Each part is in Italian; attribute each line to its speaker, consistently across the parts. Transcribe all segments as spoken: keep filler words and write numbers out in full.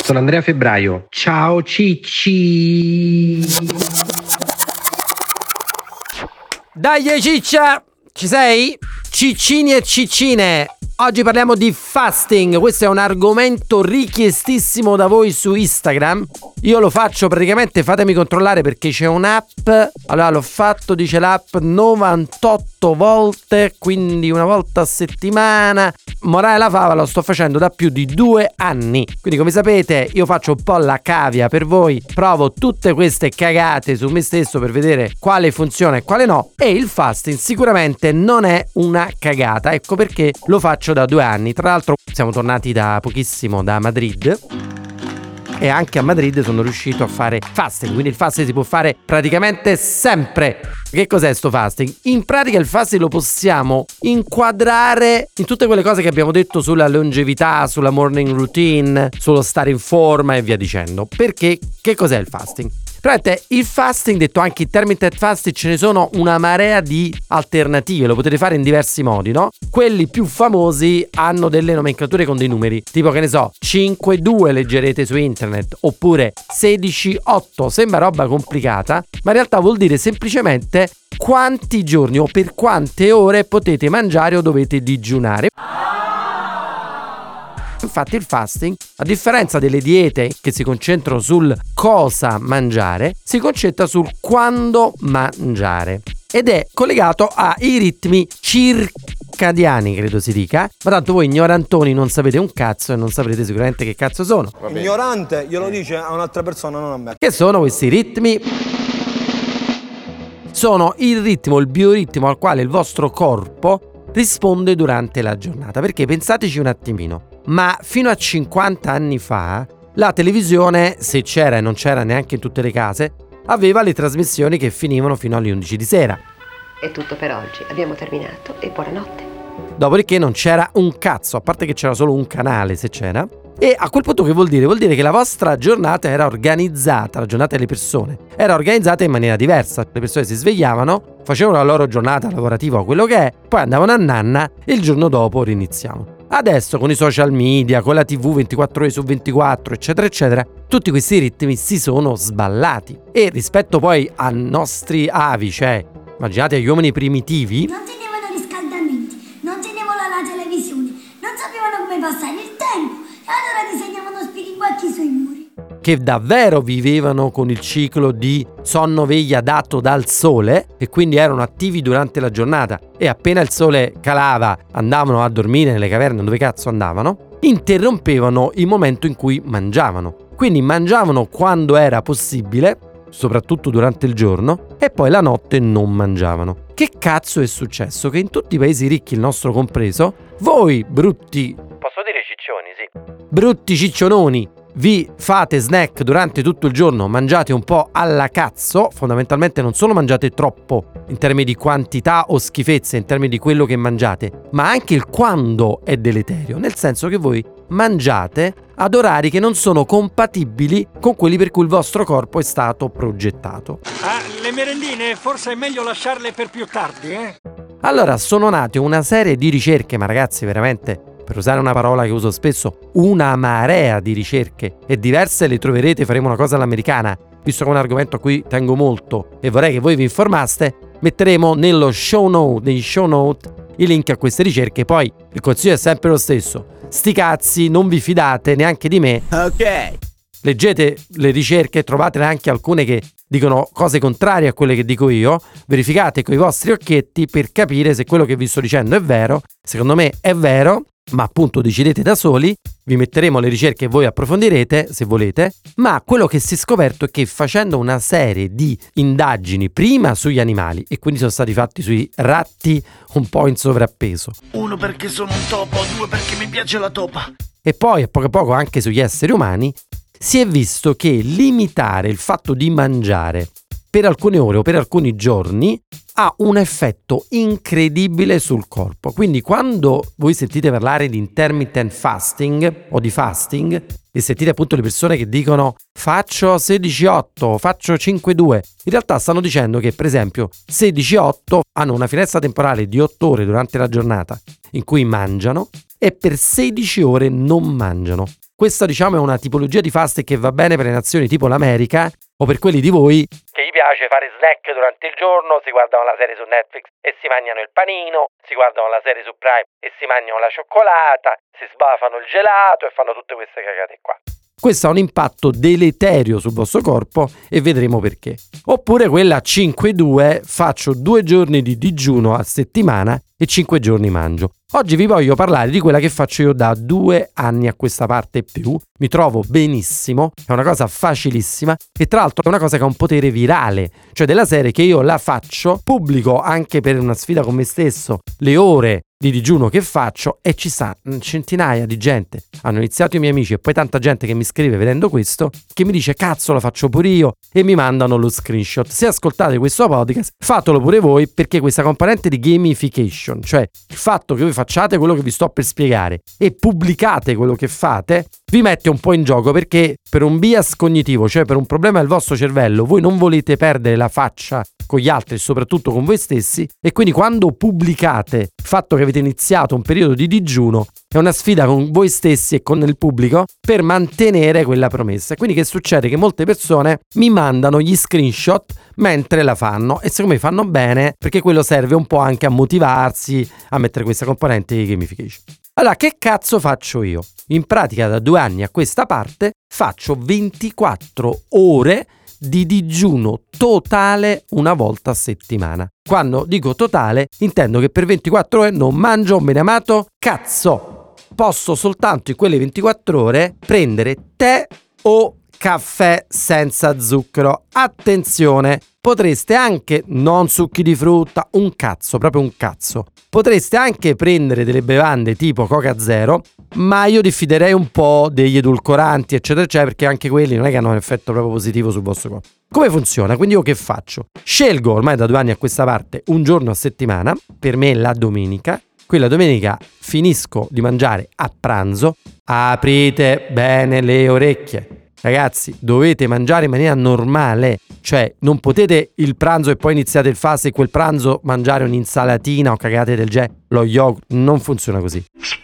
Speaker 1: Sono Andrea Febbraio. Ciao Cicci.
Speaker 2: Dai ciccia, ci sei? Ciccini e ciccine, oggi parliamo di fasting. Questo è un argomento richiestissimo da voi su Instagram. Io lo faccio praticamente, fatemi controllare perché c'è un'app. Allora l'ho fatto, dice l'app, novantotto volte, quindi una volta a settimana. Morale la fava, lo sto facendo da più di due anni. Quindi come sapete io faccio un po' la cavia per voi. Provo tutte queste cagate su me stesso per vedere quale funziona e quale no. E il fasting sicuramente non è una cagata. Ecco perché lo faccio da due anni. Tra l'altro siamo tornati da pochissimo da Madrid e anche a Madrid sono riuscito a fare fasting. Quindi il fasting si può fare praticamente sempre. Che cos'è sto fasting? In pratica il fasting lo possiamo inquadrare in tutte quelle cose che abbiamo detto sulla longevità, sulla morning routine, sullo stare in forma e via dicendo. Perché che cos'è il fasting? Praticamente il fasting, detto anche intermittent fasting, ce ne sono una marea di alternative, lo potete fare in diversi modi, no? Quelli più famosi hanno delle nomenclature con dei numeri, tipo che ne so, cinque due leggerete su internet, oppure sedici otto, sembra roba complicata, ma in realtà vuol dire semplicemente quanti giorni o per quante ore potete mangiare o dovete digiunare. Infatti il fasting, a differenza delle diete che si concentrano sul cosa mangiare, si concentra sul quando mangiare ed è collegato ai ritmi circadiani, credo si dica, ma tanto voi ignorantoni non sapete un cazzo e non saprete sicuramente che cazzo sono.
Speaker 3: Ignorante glielo dice a un'altra persona, non a me.
Speaker 2: Che sono questi ritmi? Sono il ritmo, il bioritmo al quale il vostro corpo risponde durante la giornata. Perché pensateci un attimino, ma fino a cinquanta anni fa la televisione, se c'era e non c'era neanche in tutte le case, aveva le trasmissioni che finivano fino alle undici di sera.
Speaker 4: È tutto per oggi, abbiamo terminato e buonanotte.
Speaker 2: Dopodiché non c'era un cazzo, a parte che c'era solo un canale se c'era. E a quel punto che vuol dire? Vuol dire che la vostra giornata era organizzata, la giornata delle persone era organizzata in maniera diversa. Le persone si svegliavano, facevano la loro giornata lavorativa o quello che è, poi andavano a nanna e il giorno dopo riniziavano. Adesso con i social media, con la tivù ventiquattro ore su ventiquattro, eccetera eccetera, tutti questi ritmi si sono sballati. E rispetto poi ai nostri avi, cioè immaginate gli uomini primitivi,
Speaker 5: non tenevano riscaldamenti, non tenevano la televisione, non sapevano come passare il tempo e allora disegnavano spiriguacchi sui muri.
Speaker 2: Che davvero vivevano con il ciclo di sonno-veglia dato dal sole e quindi erano attivi durante la giornata e appena il sole calava andavano a dormire nelle caverne dove cazzo andavano, interrompevano il momento in cui mangiavano. Quindi mangiavano quando era possibile, soprattutto durante il giorno, e poi la notte non mangiavano. Che cazzo è successo? Che in tutti i paesi ricchi, il nostro compreso, voi brutti,
Speaker 6: posso dire ciccioni, sì,
Speaker 2: brutti cicciononi, vi fate snack durante tutto il giorno, mangiate un po' alla cazzo, fondamentalmente non solo mangiate troppo in termini di quantità o schifezze, in termini di quello che mangiate, ma anche il quando è deleterio, nel senso che voi mangiate ad orari che non sono compatibili con quelli per cui il vostro corpo è stato progettato.
Speaker 7: Ah, le merendine forse è meglio lasciarle per più tardi, eh?
Speaker 2: Allora sono nate una serie di ricerche, ma ragazzi veramente, per usare una parola che uso spesso, una marea di ricerche e diverse le troverete, faremo una cosa all'americana, visto che è un argomento a cui tengo molto e vorrei che voi vi informaste, metteremo nello show note, nei show note i link a queste ricerche. Poi il consiglio è sempre lo stesso, sti cazzi, non vi fidate neanche di me,
Speaker 3: Ok.
Speaker 2: leggete le ricerche, trovatene anche alcune che dicono cose contrarie a quelle che dico io, verificate coi vostri occhietti per capire se quello che vi sto dicendo è vero. Secondo me è vero, ma appunto decidete da soli, vi metteremo le ricerche e voi approfondirete se volete, ma quello che si è scoperto è che facendo una serie di indagini prima sugli animali, e quindi sono stati fatti sui ratti un po' in sovrappeso,
Speaker 8: Uno perché sono un topo, due perché mi piace la topa.
Speaker 2: e poi a poco a poco anche sugli esseri umani, si è visto che limitare il fatto di mangiare per alcune ore o per alcuni giorni ha un effetto incredibile sul corpo. Quindi quando voi sentite parlare di intermittent fasting o di fasting e sentite appunto le persone che dicono faccio sedici otto, faccio cinque due, in realtà stanno dicendo che per esempio sedici otto hanno una finestra temporale di otto ore durante la giornata in cui mangiano e per sedici ore non mangiano. Questa diciamo è una tipologia di fasting che va bene per le nazioni tipo l'America o per quelli di voi
Speaker 6: Che gli piace fare snack durante il giorno, si guardano la serie su Netflix e si mangiano il panino, si guardano la serie su Prime e si mangiano la cioccolata, si sbafano il gelato e fanno tutte queste cagate qua.
Speaker 2: Questo ha un impatto deleterio sul vostro corpo e vedremo perché. Oppure quella cinque due, faccio due giorni di digiuno a settimana e cinque giorni mangio. Oggi vi voglio parlare di quella che faccio io da due anni a questa parte e più. Mi trovo benissimo, è una cosa facilissima e tra l'altro è una cosa che ha un potere virale, cioè della serie che io la faccio, pubblico anche per una sfida con me stesso le ore di digiuno che faccio e ci sta centinaia di gente, hanno iniziato i miei amici e poi tanta gente che mi scrive vedendo questo, che mi dice cazzo lo faccio pure io e mi mandano lo screenshot. Se ascoltate questo podcast fatelo pure voi, perché questa componente di gamification, cioè il fatto che voi facciate quello che vi sto per spiegare e pubblicate quello che fate, vi mette un po' in gioco, perché per un bias cognitivo, cioè per un problema del vostro cervello, voi non volete perdere la faccia con gli altri e soprattutto con voi stessi, e quindi quando pubblicate il fatto che avete iniziato un periodo di digiuno è una sfida con voi stessi e con il pubblico per mantenere quella promessa. E quindi che succede? Che molte persone mi mandano gli screenshot mentre la fanno e secondo me fanno bene, perché quello serve un po' anche a motivarsi a mettere questa componente di gamification. Allora, che cazzo faccio io? In pratica da due anni a questa parte faccio ventiquattro ore di digiuno totale una volta a settimana. Quando dico totale intendo che per ventiquattro ore non mangio un beneamato cazzo. Posso soltanto in quelle ventiquattro ore prendere tè o caffè senza zucchero. Attenzione, potreste anche non succhi di frutta, un cazzo, proprio un cazzo. Potreste anche prendere delle bevande tipo Coca Zero, ma io diffiderei un po' degli edulcoranti eccetera eccetera, perché anche quelli non è che hanno un effetto proprio positivo sul vostro corpo. Come funziona? Quindi io che faccio? Scelgo ormai da due anni a questa parte un giorno a settimana, per me la domenica. Quella domenica finisco di mangiare a pranzo. Aprite bene le orecchie. Ragazzi, dovete mangiare in maniera normale, cioè non potete il pranzo e poi iniziate il fast e quel pranzo mangiare un'insalatina o cagate del genere, lo yogurt, non funziona così.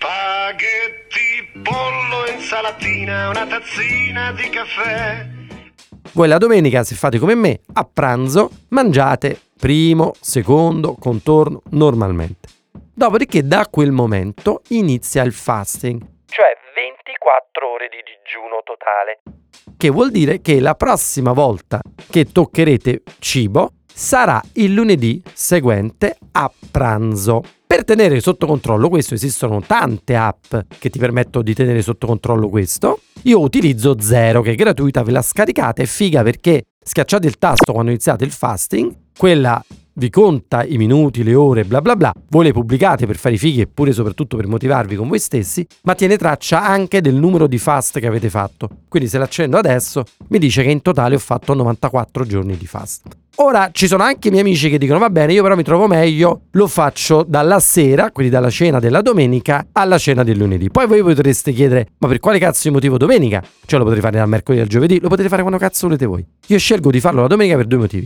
Speaker 8: Spaghetti, pollo, insalatina, una tazzina di caffè.
Speaker 2: Voi la domenica, se fate come me, a pranzo mangiate primo, secondo, contorno normalmente. Dopodiché da quel momento inizia il fasting,
Speaker 6: Cioè ventiquattro ore di digiuno totale.
Speaker 2: che vuol dire che la prossima volta che toccherete cibo sarà il lunedì seguente a pranzo. Per tenere sotto controllo questo esistono tante app che ti permettono di tenere sotto controllo questo. Io utilizzo Zero, che è gratuita, ve la scaricate, è figa perché schiacciate il tasto quando iniziate il fasting, quella vi conta i minuti, le ore, bla bla bla, voi le pubblicate per fare i fighi e pure soprattutto per motivarvi con voi stessi, ma tiene traccia anche del numero di fast che avete fatto. Quindi se l'accendo adesso mi dice che in totale ho fatto novantaquattro giorni di fast. Ora ci sono anche i miei amici che dicono va bene, io però mi trovo meglio, lo faccio dalla sera, quindi dalla cena della domenica alla cena del lunedì. Poi voi potreste chiedere ma per quale cazzo di motivo domenica? Cioè lo potete fare dal mercoledì al giovedì, lo potete fare quando cazzo volete voi. Io scelgo di farlo la domenica per due motivi.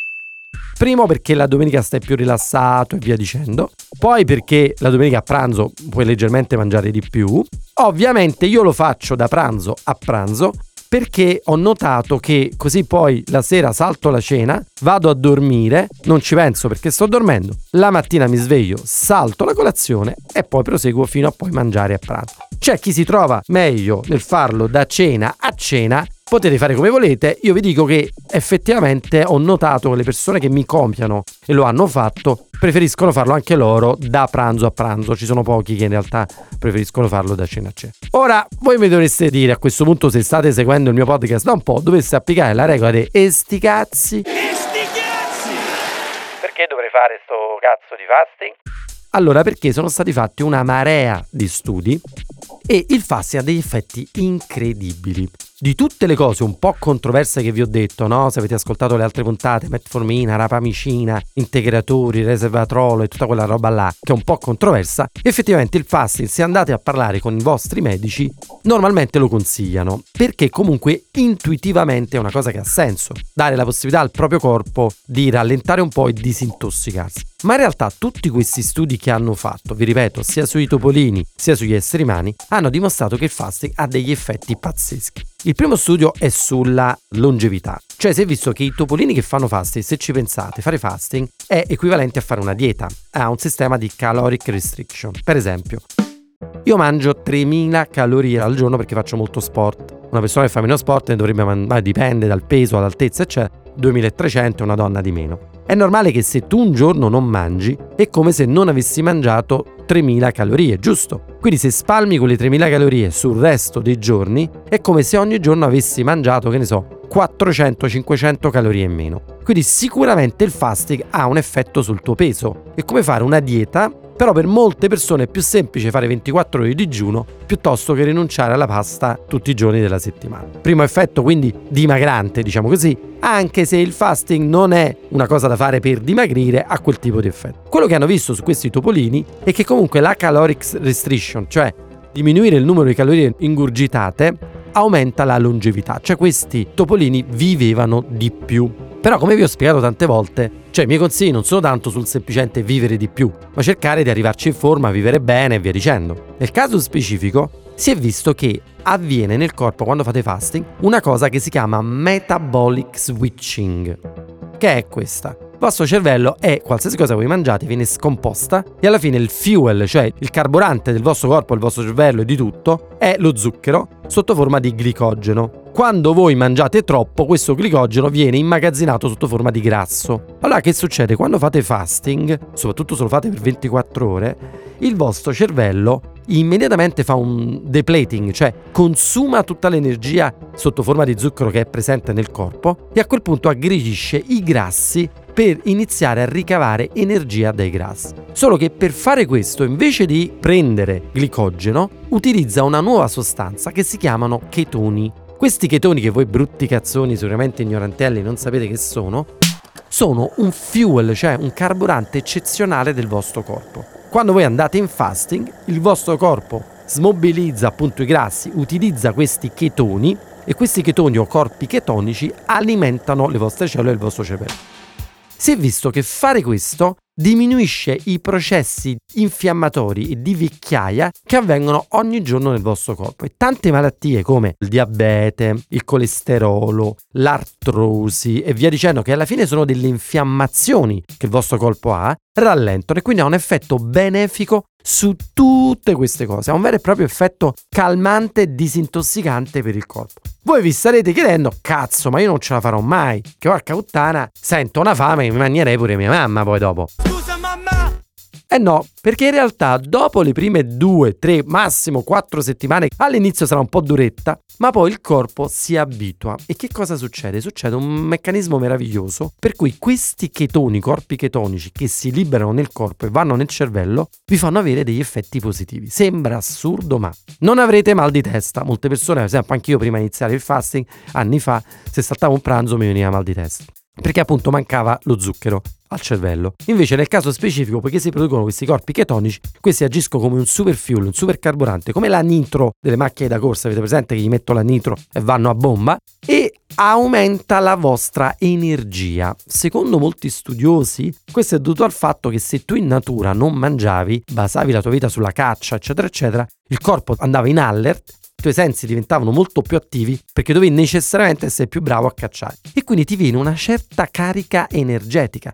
Speaker 2: Primo, perché la domenica stai più rilassato e via dicendo. Poi perché la domenica a pranzo puoi leggermente mangiare di più. Ovviamente io lo faccio da pranzo a pranzo perché ho notato che così poi la sera salto la cena, vado a dormire, non ci penso perché sto dormendo, la mattina mi sveglio, salto la colazione e poi proseguo fino a poi mangiare a pranzo. C'è chi si trova meglio nel farlo da cena a cena. Potete fare come volete, io vi dico che effettivamente ho notato che le persone che mi copiano e lo hanno fatto preferiscono farlo anche loro da pranzo a pranzo, ci sono pochi che in realtà preferiscono farlo da cena a cena. Ora, voi mi dovreste dire a questo punto, se state seguendo il mio podcast da un po', dovreste applicare la regola dei e sti cazzi.
Speaker 6: Perché dovrei fare sto cazzo di fasting?
Speaker 2: Allora, perché sono stati fatti una marea di studi e il fasting ha degli effetti incredibili. di tutte le cose un po' controverse che vi ho detto, no? Se avete ascoltato le altre puntate, metformina, rapamicina, integratori, resveratrolo e tutta quella roba là che è un po' controversa, effettivamente il fasting, se andate a parlare con i vostri medici, normalmente lo consigliano, perché comunque intuitivamente è una cosa che ha senso, dare la possibilità al proprio corpo di rallentare un po' e disintossicarsi. Ma in realtà tutti questi studi che hanno fatto, vi ripeto, sia sui topolini sia sugli esseri umani, hanno dimostrato che il fasting ha degli effetti pazzeschi. Il primo studio è sulla longevità, cioè si è visto che i topolini che fanno fasting, se ci pensate, fare fasting è equivalente a fare una dieta, ha un sistema di caloric restriction. Per esempio, io mangio tremila calorie al giorno perché faccio molto sport. Una persona che fa meno sport ne dovrebbe mangiare, dipende dal peso, dall'altezza, eccetera, duemilatrecento e una donna di meno. È normale che se tu un giorno non mangi è come se non avessi mangiato tremila calorie, giusto? Quindi se spalmi quelle tremila calorie sul resto dei giorni è come se ogni giorno avessi mangiato, che ne so, quattrocento cinquecento calorie in meno. Quindi sicuramente il fasting ha un effetto sul tuo peso. È come fare una dieta, però per molte persone è più semplice fare ventiquattro ore di digiuno piuttosto che rinunciare alla pasta tutti i giorni della settimana. Primo effetto quindi dimagrante, diciamo così, anche se il fasting non è una cosa da fare per dimagrire, ha quel tipo di effetto. Quello che hanno visto su questi topolini è che comunque la caloric restriction, cioè diminuire il numero di calorie ingurgitate, aumenta la longevità, cioè questi topolini vivevano di più. Però come vi ho spiegato tante volte, cioè i miei consigli non sono tanto sul semplicemente vivere di più, ma cercare di arrivarci in forma, vivere bene e via dicendo. Nel caso specifico si è visto che avviene nel corpo quando fate fasting una cosa che si chiama metabolic switching. Che è questa? Il vostro cervello è qualsiasi cosa voi mangiate viene scomposta e alla fine il fuel, cioè il carburante del vostro corpo, del vostro cervello e di tutto, è lo zucchero sotto forma di glicogeno. Quando voi mangiate troppo, questo glicogeno viene immagazzinato sotto forma di grasso. Allora che succede? Quando fate fasting, soprattutto se lo fate per ventiquattro ore, il vostro cervello immediatamente fa un depleting, cioè consuma tutta l'energia sotto forma di zucchero che è presente nel corpo e a quel punto aggredisce i grassi per iniziare a ricavare energia dai grassi. Solo che per fare questo, invece di prendere glicogeno, utilizza una nuova sostanza che si chiamano chetoni. Questi chetoni, che voi brutti cazzoni sicuramente ignorantelli non sapete che sono, sono un fuel, cioè un carburante eccezionale del vostro corpo. Quando voi andate in fasting, il vostro corpo smobilizza appunto i grassi, utilizza questi chetoni e questi chetoni o corpi chetonici alimentano le vostre cellule e il vostro cervello. Si è visto che fare questo diminuisce i processi infiammatori e di vecchiaia che avvengono ogni giorno nel vostro corpo e tante malattie come il diabete, il colesterolo, l'artrosi e via dicendo, che alla fine sono delle infiammazioni che il vostro corpo ha, rallentano e quindi ha un effetto benefico su tutte queste cose, ha un vero e proprio effetto calmante e disintossicante per il corpo. Voi vi starete chiedendo, cazzo, ma io non ce la farò mai, che porca puttana, sento una fame che mi mangerei pure mia mamma poi dopo.
Speaker 8: Scusa mamma!
Speaker 2: Eh no, perché in realtà dopo le prime due, tre, massimo quattro settimane, all'inizio sarà un po' duretta, ma poi il corpo si abitua. E che cosa succede? Succede un meccanismo meraviglioso per cui questi chetoni, corpi chetonici che si liberano nel corpo e vanno nel cervello, vi fanno avere degli effetti positivi. Sembra assurdo, ma non avrete mal di testa. Molte persone, per esempio anch'io prima di iniziare il fasting, anni fa, se saltavo un pranzo mi veniva mal di testa, perché appunto mancava lo zucchero al cervello. Invece nel caso specifico, poiché si producono questi corpi chetonici, questi agiscono come un super fuel, un super carburante, come la nitro delle macchine da corsa, avete presente che gli metto la nitro e vanno a bomba, e aumenta la vostra energia. Secondo molti studiosi questo è dovuto al fatto che se tu in natura non mangiavi, basavi la tua vita sulla caccia eccetera eccetera, il corpo andava in alert, i tuoi sensi diventavano molto più attivi perché dovevi necessariamente essere più bravo a cacciare e quindi ti viene una certa carica energetica.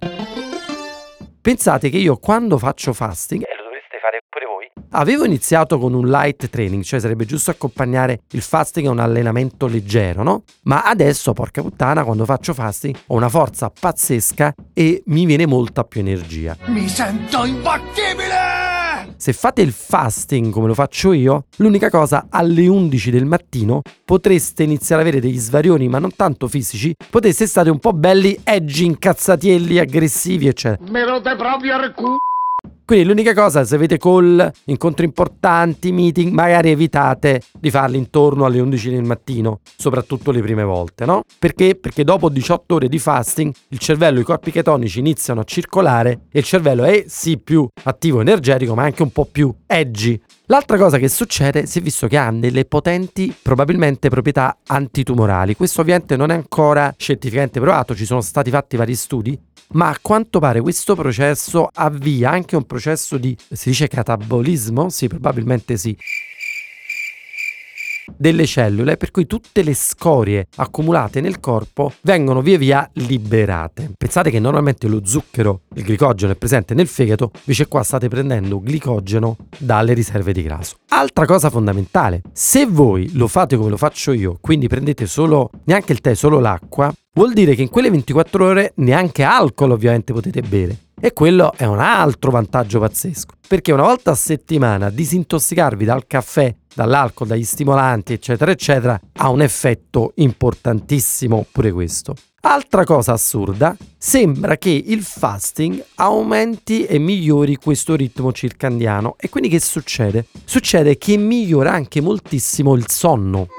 Speaker 2: Pensate che io quando faccio fasting,
Speaker 6: E lo dovreste fare pure voi?
Speaker 2: avevo iniziato con un light training, cioè sarebbe giusto accompagnare il fasting a un allenamento leggero, no? Ma adesso, porca puttana, quando faccio fasting ho una forza pazzesca e mi viene molta più energia.
Speaker 8: Mi sento imbattibile!
Speaker 2: Se fate il fasting come lo faccio io, l'unica cosa, alle undici del mattino potreste iniziare ad avere degli svarioni, ma non tanto fisici, potreste stare un po' belli edgy, incazzatielli, aggressivi, eccetera.
Speaker 8: Me lo dai proprio al cu...
Speaker 2: Quindi l'unica cosa, se avete call, incontri importanti, meeting, magari evitate di farli intorno alle undici del mattino, soprattutto le prime volte, no? Perché? Perché dopo diciotto ore di fasting il cervello, i corpi chetonici iniziano a circolare e il cervello è sì più attivo, energetico, ma anche un po' più edgy. L'altra cosa che succede, si è visto che ha delle potenti, probabilmente, proprietà antitumorali. Questo ovviamente non è ancora scientificamente provato, ci sono stati fatti vari studi, ma a quanto pare questo processo avvia anche un processo di, si dice catabolismo? Sì, probabilmente sì, delle cellule, per cui tutte le scorie accumulate nel corpo vengono via via liberate. Pensate che normalmente lo zucchero, il glicogeno, è presente nel fegato, invece qua state prendendo glicogeno dalle riserve di grasso. Altra cosa fondamentale, se voi lo fate come lo faccio io, quindi prendete solo, neanche il tè, solo l'acqua, vuol dire che in quelle ventiquattro ore neanche alcol ovviamente potete bere. E quello è un altro vantaggio pazzesco, perché una volta a settimana disintossicarvi dal caffè, dall'alcol, dagli stimolanti, eccetera, eccetera, ha un effetto importantissimo pure questo. Altra cosa assurda, sembra che il fasting aumenti e migliori questo ritmo circadiano. E quindi che succede? Succede che migliora anche moltissimo il sonno.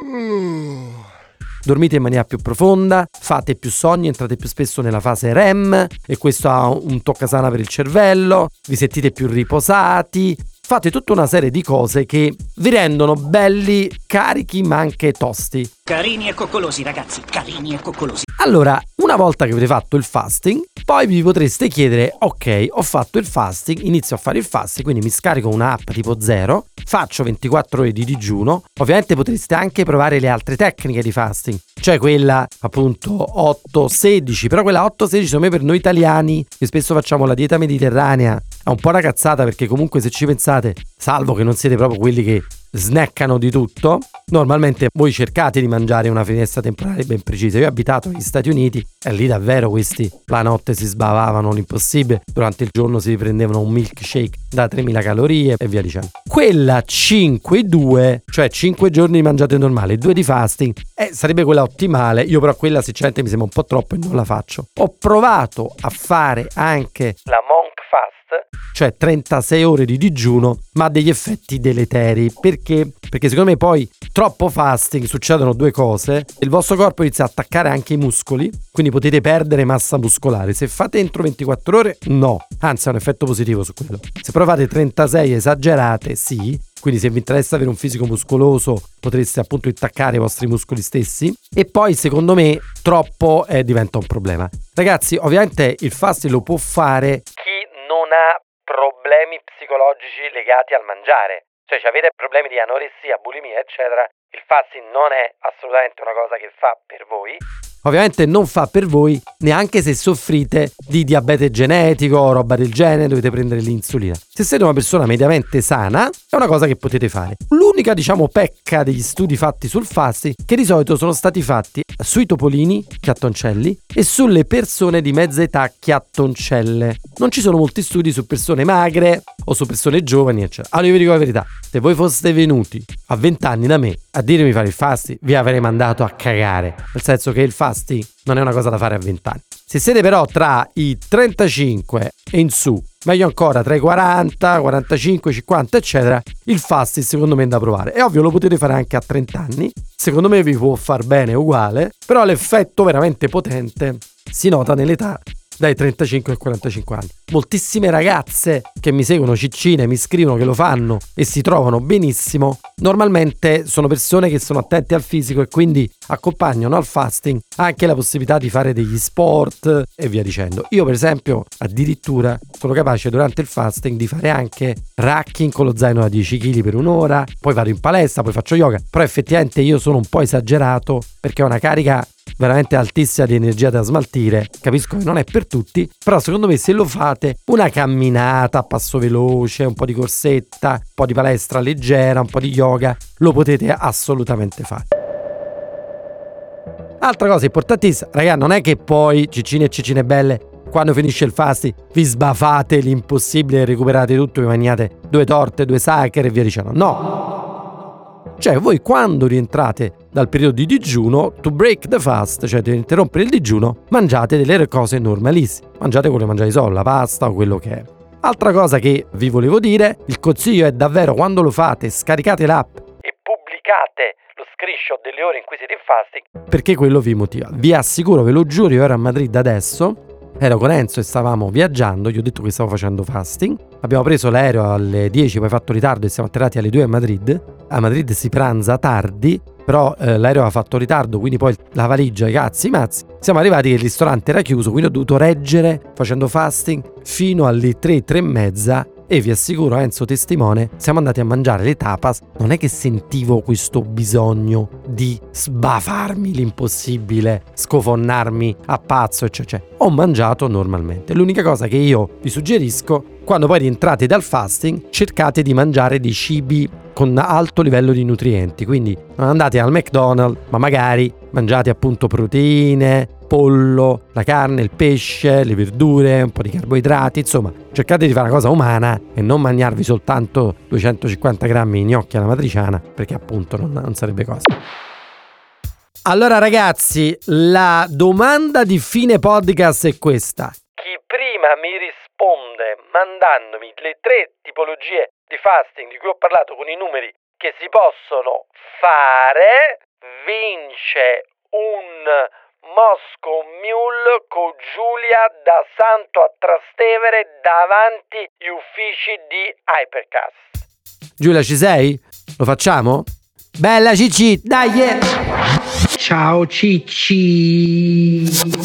Speaker 2: Dormite in maniera più profonda, fate più sogni, entrate più spesso nella fase R E M e questo ha un toccasana per il cervello, vi sentite più riposati, fate tutta una serie di cose che vi rendono belli, carichi ma anche tosti.
Speaker 8: Carini e coccolosi, ragazzi, carini e coccolosi.
Speaker 2: Allora, una volta che avete fatto il fasting, poi vi potreste chiedere, ok, ho fatto il fasting, inizio a fare il fasting, quindi mi scarico un'app tipo Zero, faccio ventiquattro ore di digiuno, ovviamente potreste anche provare le altre tecniche di fasting, cioè quella appunto otto sedici, però quella otto sedici secondo me per noi italiani, che spesso facciamo la dieta mediterranea, è un po' una cazzata perché comunque se ci pensate, salvo che non siete proprio quelli che snackano di tutto, normalmente voi cercate di mangiare una finestra temporale ben precisa. Io ho abitato negli Stati Uniti e lì davvero questi la notte si sbavavano l'impossibile, durante il giorno si prendevano un milkshake da tremila calorie e via dicendo. Quella cinque due, cioè cinque giorni di mangiate normale, due di fasting, eh, sarebbe quella ottimale. Io però quella sinceramente mi sembra un po' troppo e non la faccio. Ho provato a fare anche
Speaker 6: la Monk Fast,
Speaker 2: cioè trentasei ore di digiuno, ma ha degli effetti deleteri. Perché? Perché secondo me poi troppo fasting succedono due cose: il vostro corpo inizia a attaccare anche i muscoli, quindi potete perdere massa muscolare. Se fate entro ventiquattro ore, no, anzi ha un effetto positivo su quello. Se provate trentasei esagerate, sì. Quindi se vi interessa avere un fisico muscoloso potreste appunto attaccare i vostri muscoli stessi. E poi secondo me troppo eh, diventa un problema. Ragazzi, ovviamente il fasting lo può fare
Speaker 6: chi non ha problemi psicologici legati al mangiare. Cioè, se avete problemi di anoressia, bulimia, eccetera, il fasting non è assolutamente una cosa che fa per voi.
Speaker 2: Ovviamente non fa per voi neanche se soffrite di diabete genetico o roba del genere, dovete prendere l'insulina. Se siete una persona mediamente sana, è una cosa che potete fare. L'unica, diciamo, pecca degli studi fatti sul fasting, che di solito sono stati fatti sui topolini, chiattoncelli, e sulle persone di mezza età chiattoncelle. Non ci sono molti studi su persone magre o su persone giovani, eccetera. Allora io vi dico la verità, se voi foste venuti a venti anni da me a dirmi fare il fasting, vi avrei mandato a cagare, nel senso che il fasting non è una cosa da fare a venti anni. Se siete però tra i trentacinque e in su, meglio ancora tra i quaranta, quarantacinque, cinquanta eccetera, il fasting secondo me è da provare. È ovvio, lo potete fare anche a trenta anni, secondo me vi può far bene uguale, però l'effetto veramente potente si nota nell'età dai trentacinque ai quarantacinque anni. Moltissime ragazze che mi seguono, ciccine, mi scrivono che lo fanno e si trovano benissimo. Normalmente sono persone che sono attente al fisico e quindi accompagnano al fasting anche la possibilità di fare degli sport e via dicendo. Io per esempio addirittura sono capace durante il fasting di fare anche racking con lo zaino da dieci chili per un'ora, poi vado in palestra, poi faccio yoga, però effettivamente io sono un po' esagerato perché ho una carica veramente altissima di energia da smaltire. Capisco che non è per tutti, però secondo me se lo fate, una camminata a passo veloce, un po' di corsetta, un po' di palestra leggera, un po' di yoga, lo potete assolutamente fare. Altra cosa importantissima, raga, non è che poi ciccine e ciccine belle, quando finisce il fasting vi sbafate l'impossibile e recuperate tutto, vi mangiate due torte, due sacche e via dicendo. No! Cioè voi quando rientrate dal periodo di digiuno, to break the fast, cioè per interrompere il digiuno, mangiate delle cose normalissime. Mangiate quello che mangiate di solito, la pasta o quello che è. Altra cosa che vi volevo dire, il consiglio è davvero, quando lo fate, scaricate l'app,
Speaker 6: E pubblicate lo screenshot delle ore in cui siete in fasting.
Speaker 2: perché quello vi motiva. Vi assicuro, ve lo giuro, io ero a Madrid adesso, ero con Enzo e stavamo viaggiando, gli ho detto che stavo facendo fasting, abbiamo preso l'aereo alle dieci, poi fatto ritardo e siamo atterrati alle due a Madrid. A Madrid si pranza tardi, però eh, l'aereo ha fatto ritardo, quindi poi la valigia, i cazzi, i mazzi. Siamo arrivati che il ristorante era chiuso, quindi ho dovuto reggere facendo fasting fino alle tre, tre e mezza. E vi assicuro, Enzo testimone, siamo andati a mangiare le tapas, non è che sentivo questo bisogno di sbafarmi l'impossibile, scofonnarmi a pazzo, eccetera. Ho mangiato normalmente. L'unica cosa che io vi suggerisco, quando poi rientrate dal fasting, cercate di mangiare dei cibi con alto livello di nutrienti, quindi non andate al McDonald's, ma magari mangiate appunto proteine, pollo, la carne, il pesce, le verdure, un po' di carboidrati, insomma cercate di fare una cosa umana e non mangiarvi soltanto duecentocinquanta grammi di gnocchi alla matriciana, perché appunto non, non sarebbe cosa. Allora ragazzi, la domanda di fine podcast è questa:
Speaker 6: Chi prima mi risponde mandandomi le tre tipologie di fasting di cui ho parlato con i numeri che si possono fare, vince un Moscow Mule con Giulia da Santo a Trastevere davanti gli uffici di Hypercast.
Speaker 2: Giulia, ci sei? Lo facciamo? Bella Cicci, dai!
Speaker 1: Ciao Cicci.